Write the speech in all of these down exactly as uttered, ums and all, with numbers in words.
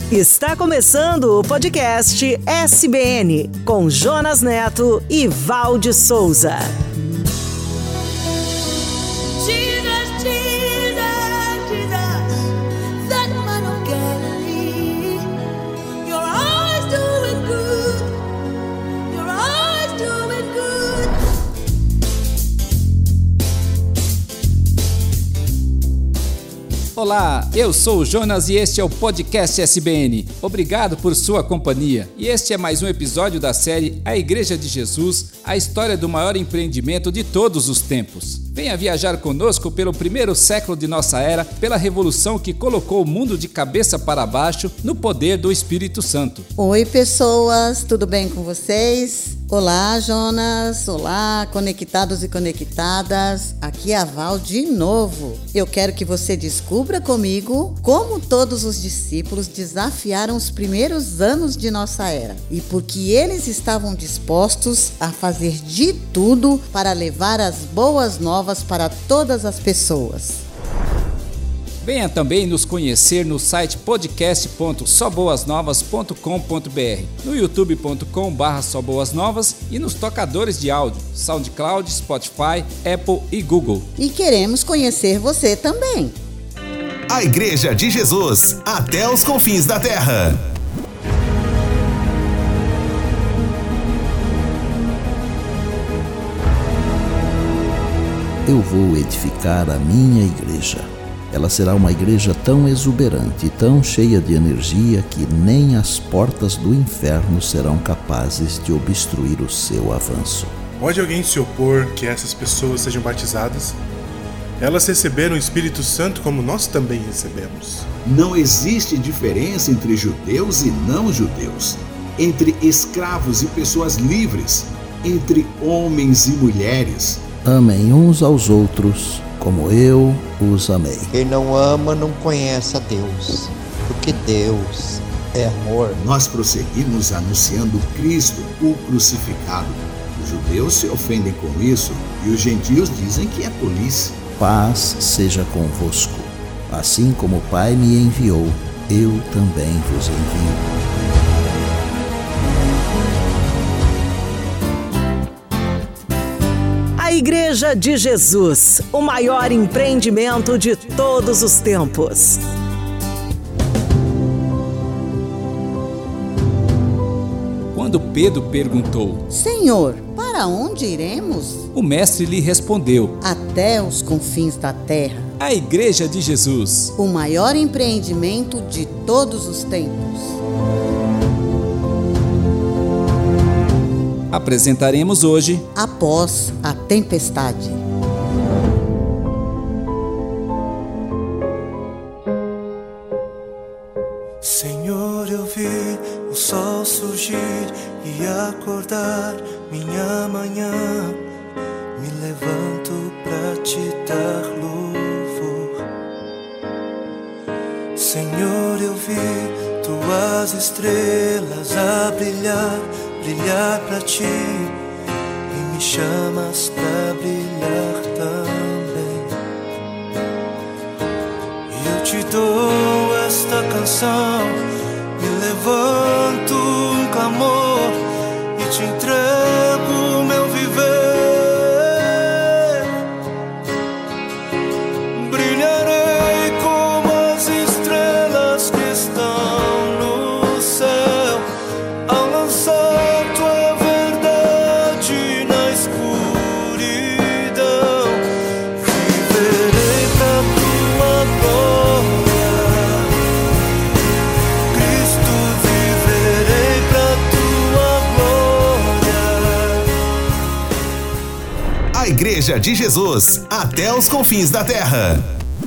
Está começando o podcast S B N, com Jonas Neto e Valde Souza. Olá, eu sou o Jonas e este é o podcast S B N. Obrigado por sua companhia. E este é mais um episódio da série A Igreja de Jesus, a história do maior empreendimento de todos os tempos. Venha viajar conosco pelo primeiro século de nossa era, pela revolução que colocou o mundo de cabeça para baixo no poder do Espírito Santo. Oi, pessoas, tudo bem com vocês? Olá, Jonas, olá, conectados e conectadas, aqui é a Val de novo. Eu quero que você descubra comigo como todos os discípulos desafiaram os primeiros anos de nossa era e porque eles estavam dispostos a fazer de tudo para levar as boas novas para todas as pessoas. Venha também nos conhecer no site podcast ponto só boas novas ponto com ponto b r, no youtube ponto com barra só boas novas e nos tocadores de áudio, SoundCloud, Spotify, Apple e Google. E queremos conhecer você também. A Igreja de Jesus, até os confins da terra. Eu vou edificar a minha igreja. Ela será uma igreja tão exuberante e tão cheia de energia que nem as portas do inferno serão capazes de obstruir o seu avanço. Pode alguém se opor que essas pessoas sejam batizadas? Elas receberam o Espírito Santo como nós também recebemos. Não existe diferença entre judeus e não judeus, entre escravos e pessoas livres, entre homens e mulheres. Amem uns aos outros como eu os amei. Quem não ama não conhece a Deus, porque Deus é amor. Nós prosseguimos anunciando Cristo, o crucificado. Os judeus se ofendem com isso e os gentios dizem que é tolice. Paz seja convosco. Assim como o Pai me enviou, eu também vos envio. A Igreja de Jesus, o maior empreendimento de todos os tempos. Quando Pedro perguntou: Senhor, para onde iremos? O mestre lhe respondeu: Até os confins da terra. A Igreja de Jesus, O maior empreendimento de todos os tempos. apresentaremos hoje Após a tempestade. Senhor, eu vi o sol surgir e acordar minha manhã. Me levanto pra te dar louvor. Senhor, eu vi tuas estrelas a brilhar, brilhar pra ti, e me chamas pra brilhar também. E eu te dou esta canção, me levanto um clamor e te entrego meu viver. Brilharei como as estrelas que estão no céu, ao lançar tua verdade na escuridão. Viverei pra tua glória, Cristo, viverei pra tua glória. A Igreja de Jesus, até os confins da terra.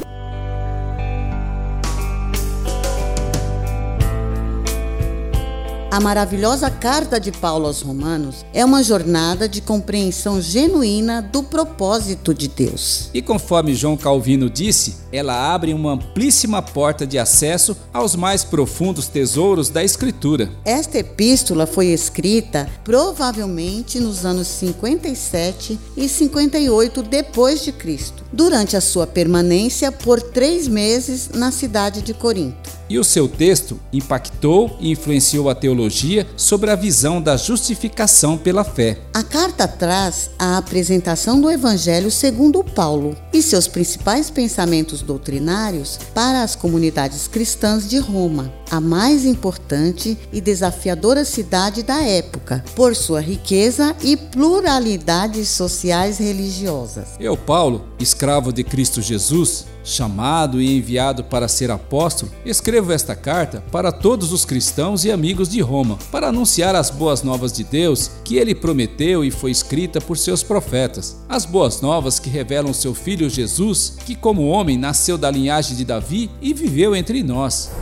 A maravilhosa carta de Paulo aos Romanos é uma jornada de compreensão genuína do propósito de Deus. e, conforme João Calvino disse, ela abre uma amplíssima porta de acesso aos mais profundos tesouros da Escritura. Esta epístola foi escrita provavelmente nos anos cinquenta e sete e cinquenta e oito depois de Cristo, durante a sua permanência por três meses na cidade de Corinto. e o seu texto impactou e influenciou a teologia sobre a visão da justificação pela fé. A carta traz a apresentação do Evangelho segundo Paulo e seus principais pensamentos doutrinários para as comunidades cristãs de Roma, a mais importante e desafiadora cidade da época, por sua riqueza e pluralidades sociais religiosas. Eu, Paulo, escravo de Cristo Jesus, chamado e enviado para ser apóstolo, escrevo esta carta para todos os cristãos e amigos de Roma, para anunciar as boas novas de Deus que ele prometeu e foi escrita por seus profetas. As boas novas que revelam seu Filho Jesus, que como homem nasceu da linhagem de Davi e viveu entre nós.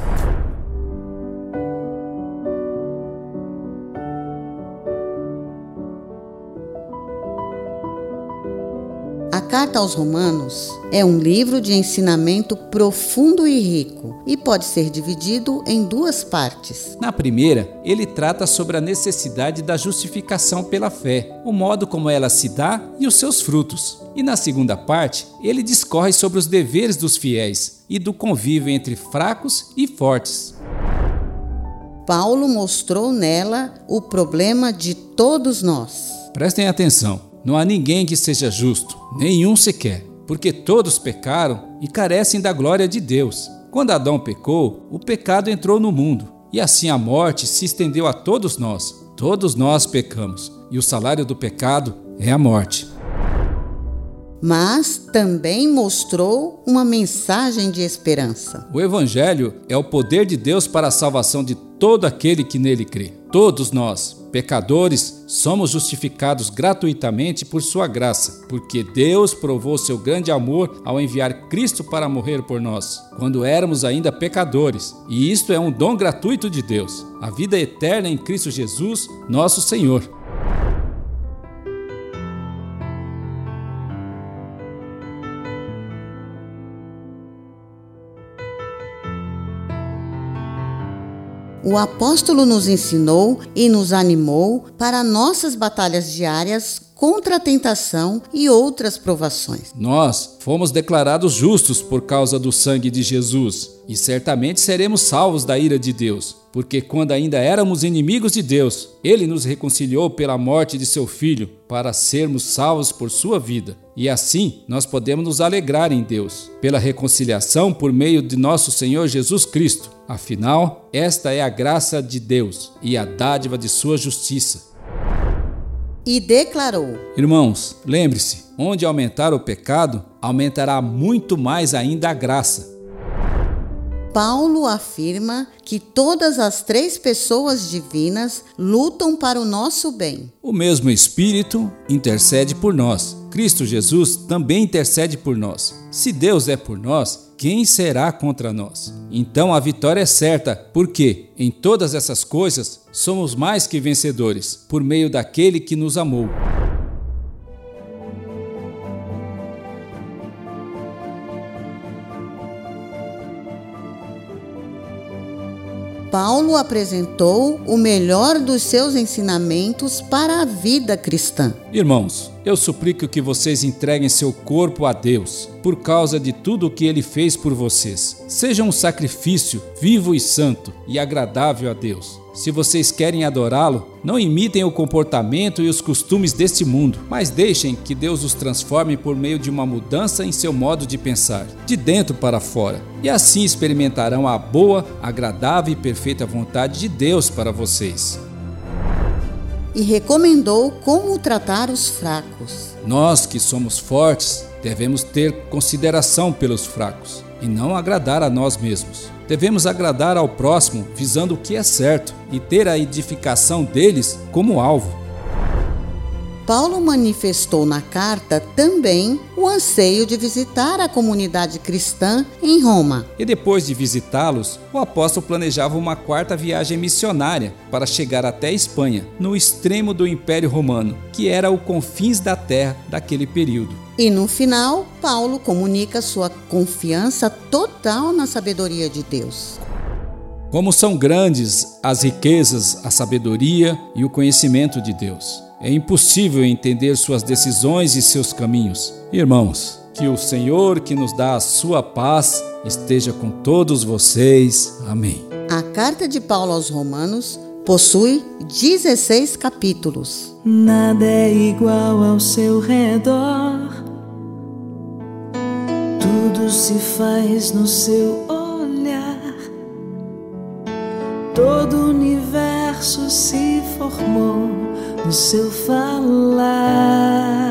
A Carta aos Romanos é um livro de ensinamento profundo e rico e pode ser dividido em duas partes. Na primeira, ele trata sobre a necessidade da justificação pela fé, o modo como ela se dá e os seus frutos. E na segunda parte, ele discorre sobre os deveres dos fiéis e do convívio entre fracos e fortes. Paulo mostrou nela o problema de todos nós. Prestem atenção. Não há ninguém que seja justo, nenhum sequer, porque todos pecaram e carecem da glória de Deus. Quando Adão pecou, o pecado entrou no mundo, e assim a morte se estendeu a todos nós. Todos nós pecamos, e o salário do pecado é a morte. Mas também mostrou uma mensagem de esperança. O Evangelho é o poder de Deus para a salvação de todo aquele que nele crê. Todos nós, pecadores, somos justificados gratuitamente por sua graça, porque Deus provou seu grande amor ao enviar Cristo para morrer por nós, quando éramos ainda pecadores. E isto é um dom gratuito de Deus, a vida eterna em Cristo Jesus, nosso Senhor. O apóstolo nos ensinou e nos animou para nossas batalhas diárias contra a tentação e outras provações. Nós fomos declarados justos por causa do sangue de Jesus e certamente seremos salvos da ira de Deus, porque quando ainda éramos inimigos de Deus, Ele nos reconciliou pela morte de seu Filho para sermos salvos por sua vida. E assim nós podemos nos alegrar em Deus, pela reconciliação por meio de nosso Senhor Jesus Cristo. Afinal, esta é a graça de Deus e a dádiva de sua justiça. E declarou: Irmãos, lembre-se, onde aumentar o pecado, aumentará muito mais ainda a graça. Paulo afirma que todas as três pessoas divinas lutam para o nosso bem. O mesmo Espírito intercede por nós. Cristo Jesus também intercede por nós. Se Deus é por nós, quem será contra nós? Então a vitória é certa, porque em todas essas coisas somos mais que vencedores, por meio daquele que nos amou. Paulo apresentou o melhor dos seus ensinamentos para a vida cristã. Irmãos, eu suplico que vocês entreguem seu corpo a Deus, por causa de tudo o que Ele fez por vocês. Seja um sacrifício vivo e santo e agradável a Deus. Se vocês querem adorá-lo, não imitem o comportamento e os costumes deste mundo, mas deixem que Deus os transforme por meio de uma mudança em seu modo de pensar, de dentro para fora. E assim experimentarão a boa, agradável e perfeita vontade de Deus para vocês. E recomendou como tratar os fracos. Nós que somos fortes, devemos ter consideração pelos fracos e não agradar a nós mesmos. Devemos agradar ao próximo visando o que é certo e ter a edificação deles como alvo. Paulo manifestou na carta também o anseio de visitar a comunidade cristã em Roma. E depois de visitá-los, o apóstolo planejava uma quarta viagem missionária para chegar até a Espanha, no extremo do Império Romano, que era o confins da terra daquele período. E no final, Paulo comunica sua confiança total na sabedoria de Deus. Como são grandes as riquezas, a sabedoria e o conhecimento de Deus. É impossível entender suas decisões e seus caminhos. Irmãos, que o Senhor, que nos dá a sua paz, esteja com todos vocês. Amém. A carta de Paulo aos Romanos possui dezesseis capítulos. Nada é igual ao seu redor, tudo se faz no seu olhar, todo o universo se formou no seu falar.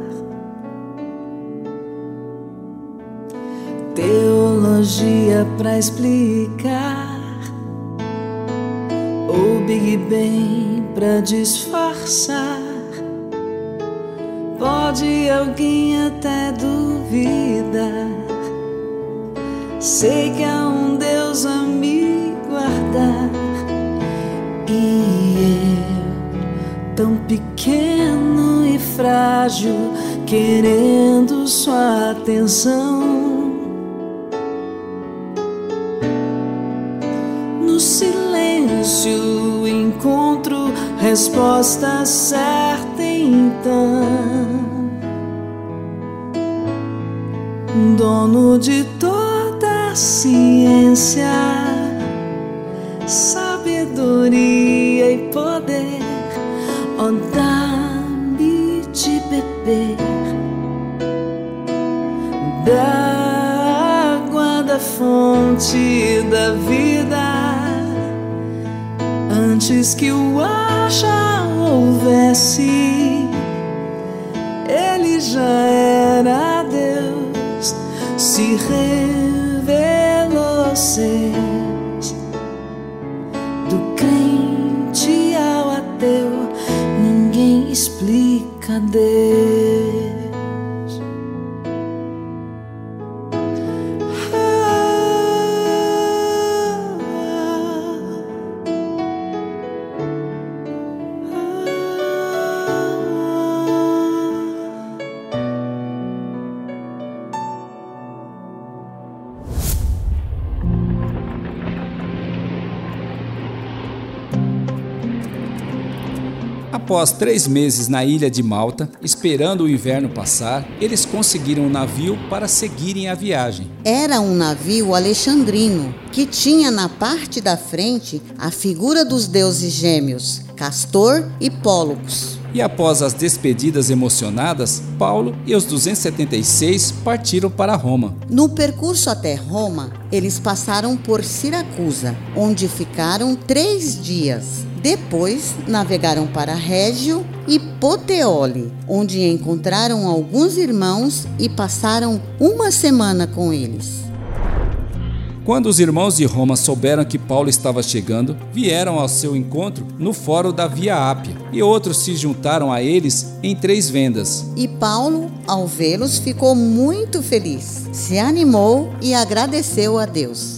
Teologia pra explicar, ou Big Bang pra disfarçar. Pode alguém até duvidar, sei que há um Deus a me guardar. E eu, tão pequeno e frágil, querendo sua atenção. No silêncio encontro resposta certa então. Dono de toda a ciência, sabedoria e poder, ó, dá-me de beber da água da fonte da vida. Antes que o ar já houvesse, ele já era Deus, se revelou ser do crente ao ateu, ninguém explica Deus. Após três meses na ilha de Malta, esperando o inverno passar, eles conseguiram um navio para seguirem a viagem. Era um navio alexandrino, que tinha na parte da frente a figura dos deuses gêmeos, Castor e Pólux. E após as despedidas emocionadas, Paulo e os duzentos e setenta e seis partiram para Roma. No percurso até Roma, eles passaram por Siracusa, onde ficaram três dias. Depois, navegaram para Régio e Puteoli, onde encontraram alguns irmãos e passaram uma semana com eles. Quando os irmãos de Roma souberam que Paulo estava chegando, vieram ao seu encontro no fórum da Via Ápia, e outros se juntaram a eles em três vendas. E Paulo, ao vê-los, ficou muito feliz, se animou e agradeceu a Deus.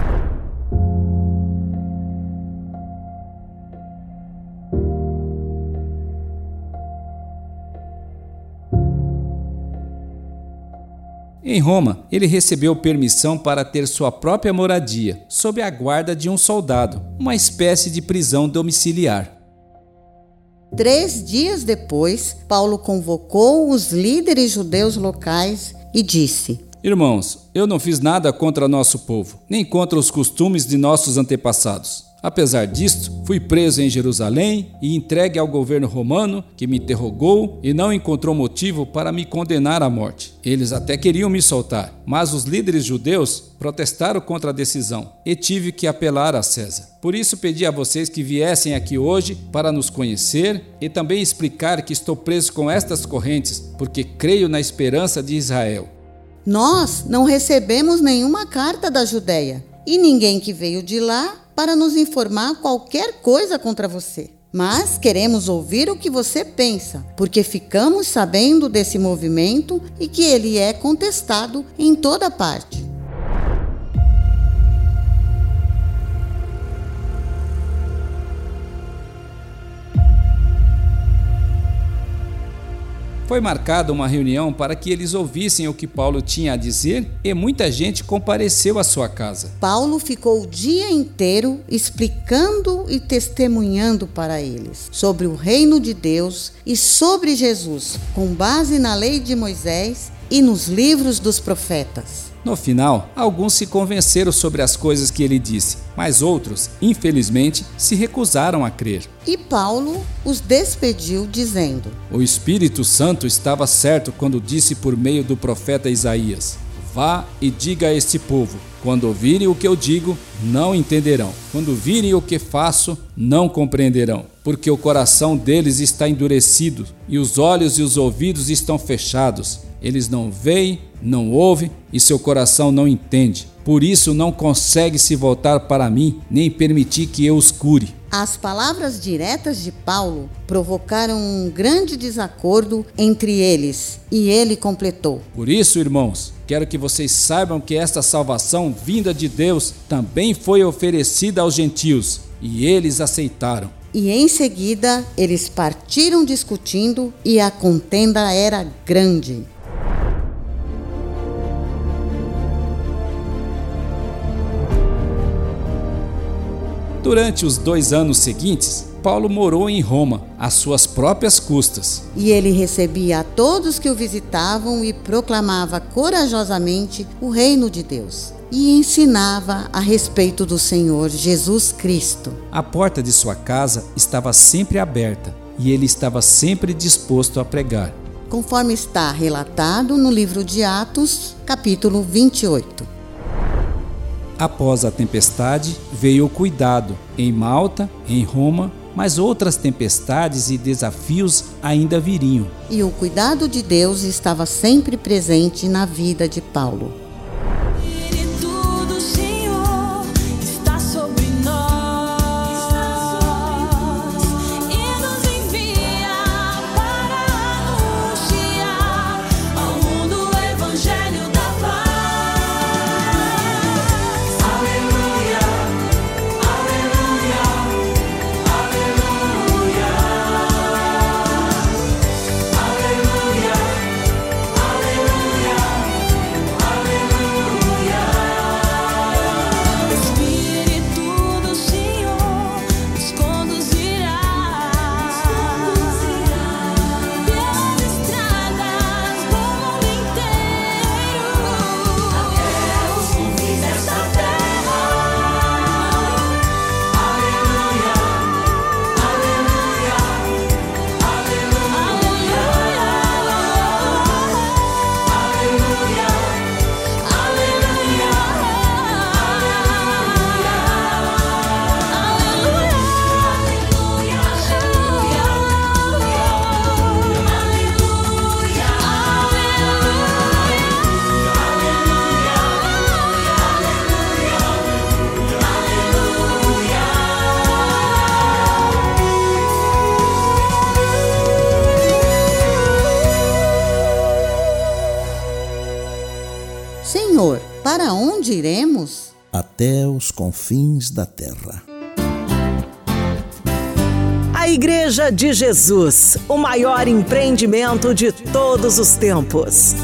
Em Roma, ele recebeu permissão para ter sua própria moradia, sob a guarda de um soldado, uma espécie de prisão domiciliar. Três dias depois, Paulo convocou os líderes judeus locais e disse: Irmãos, eu não fiz nada contra nosso povo, nem contra os costumes de nossos antepassados. Apesar disto, fui preso em Jerusalém e entregue ao governo romano, que me interrogou e não encontrou motivo para me condenar à morte. Eles até queriam me soltar, mas os líderes judeus protestaram contra a decisão e tive que apelar a César. Por isso pedi a vocês que viessem aqui hoje para nos conhecer e também explicar que estou preso com estas correntes, porque creio na esperança de Israel. Nós não recebemos nenhuma carta da Judéia e ninguém que veio de lá para nos informar qualquer coisa contra você. Mas queremos ouvir o que você pensa, porque ficamos sabendo desse movimento e que ele é contestado em toda parte. Foi marcada uma reunião para que eles ouvissem o que Paulo tinha a dizer e muita gente compareceu à sua casa. Paulo ficou o dia inteiro explicando e testemunhando para eles sobre o reino de Deus e sobre Jesus, com base na lei de Moisés e nos livros dos profetas. No final, alguns se convenceram sobre as coisas que ele disse, mas outros, infelizmente, se recusaram a crer. E Paulo os despediu dizendo: O Espírito Santo estava certo quando disse por meio do profeta Isaías: Vá e diga a este povo, quando ouvirem o que eu digo, não entenderão. Quando virem o que faço, não compreenderão. Porque o coração deles está endurecido, e os olhos e os ouvidos estão fechados. Eles não veem, não ouvem, e seu coração não entende. Por isso não consegue se voltar para mim, nem permitir que eu os cure. As palavras diretas de Paulo provocaram um grande desacordo entre eles, e ele completou: Por isso, irmãos, quero que vocês saibam que esta salvação vinda de Deus também foi oferecida aos gentios, e eles aceitaram. E em seguida, eles partiram discutindo, e a contenda era grande. Durante os dois anos seguintes, Paulo morou em Roma, às suas próprias custas. E ele recebia a todos que o visitavam e proclamava corajosamente o reino de Deus. E ensinava a respeito do Senhor Jesus Cristo. A porta de sua casa estava sempre aberta e ele estava sempre disposto a pregar. Conforme está relatado no livro de Atos, capítulo vinte e oito. Após a tempestade, veio o cuidado em Malta, em Roma, mas outras tempestades e desafios ainda viriam. E o cuidado de Deus estava sempre presente na vida de Paulo. Senhor, para onde iremos? Até os confins da terra. A Igreja de Jesus, o maior empreendimento de todos os tempos.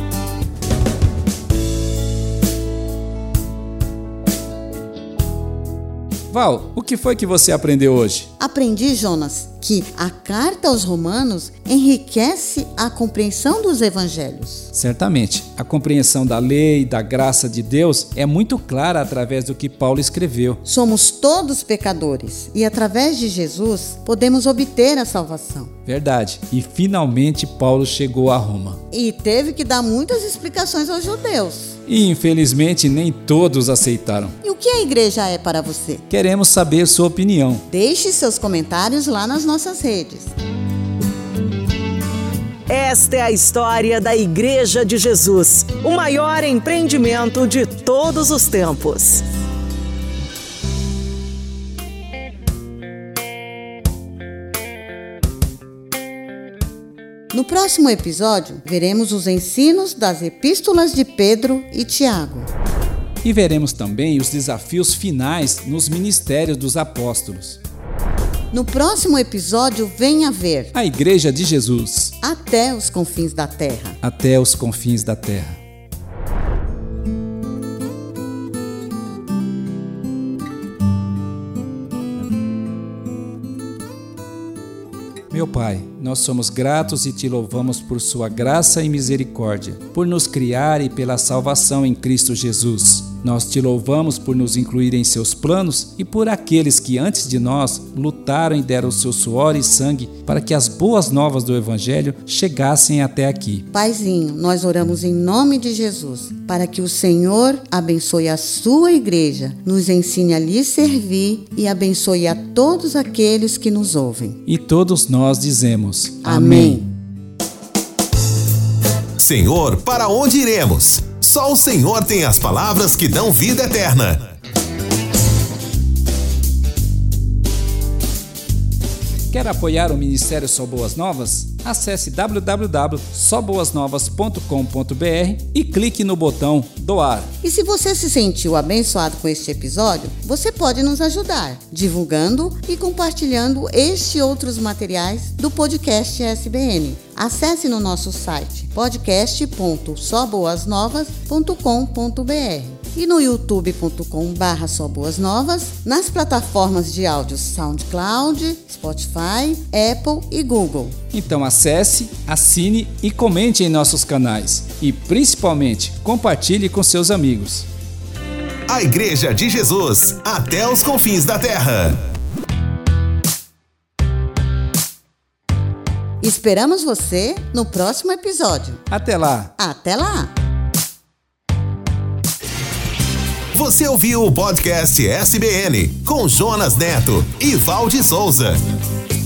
Val, o que foi que você aprendeu hoje? Aprendi, Jonas, que a carta aos Romanos enriquece a compreensão dos evangelhos. Certamente, a compreensão da lei e da graça de Deus é muito clara através do que Paulo escreveu. Somos todos pecadores e através de Jesus podemos obter a salvação. Verdade, e finalmente Paulo chegou a Roma. E teve que dar muitas explicações aos judeus. E infelizmente nem todos aceitaram. E o que a igreja é para você? Queremos saber sua opinião. Deixe seus comentários lá nas nossas redes. Esta é a história da Igreja de Jesus, o maior empreendimento de todos os tempos. No próximo episódio, veremos os ensinos das epístolas de Pedro e Tiago. E veremos também os desafios finais nos ministérios dos apóstolos. No próximo episódio, venha ver a Igreja de Jesus até os confins da terra. Até os confins da terra. Meu Pai, nós somos gratos e te louvamos por sua graça e misericórdia, por nos criar e pela salvação em Cristo Jesus. Nós te louvamos por nos incluir em seus planos e por aqueles que antes de nós lutaram e deram seu suor e sangue para que as boas novas do Evangelho chegassem até aqui. Paizinho, nós oramos em nome de Jesus, para que o Senhor abençoe a sua igreja, nos ensine a lhe servir e abençoe a todos aqueles que nos ouvem. E todos nós dizemos: Amém. Senhor, para onde iremos? Só o Senhor tem as palavras que dão vida eterna. Quer apoiar o Ministério Só Boas Novas? Acesse w w w ponto só boas novas ponto com ponto b r e clique no botão doar. E se você se sentiu abençoado com este episódio, você pode nos ajudar divulgando e compartilhando este e outros materiais do podcast S B N. Acesse no nosso site podcast ponto só boas novas ponto com ponto b r e no youtube ponto com barra só boas novas, nas plataformas de áudio SoundCloud, Spotify, Apple e Google. Então acesse, assine e comente em nossos canais. E principalmente, compartilhe com seus amigos. A Igreja de Jesus, até os confins da terra. Esperamos você no próximo episódio. Até lá! Até lá! Você ouviu o podcast S B N com Jonas Neto e Valde Souza.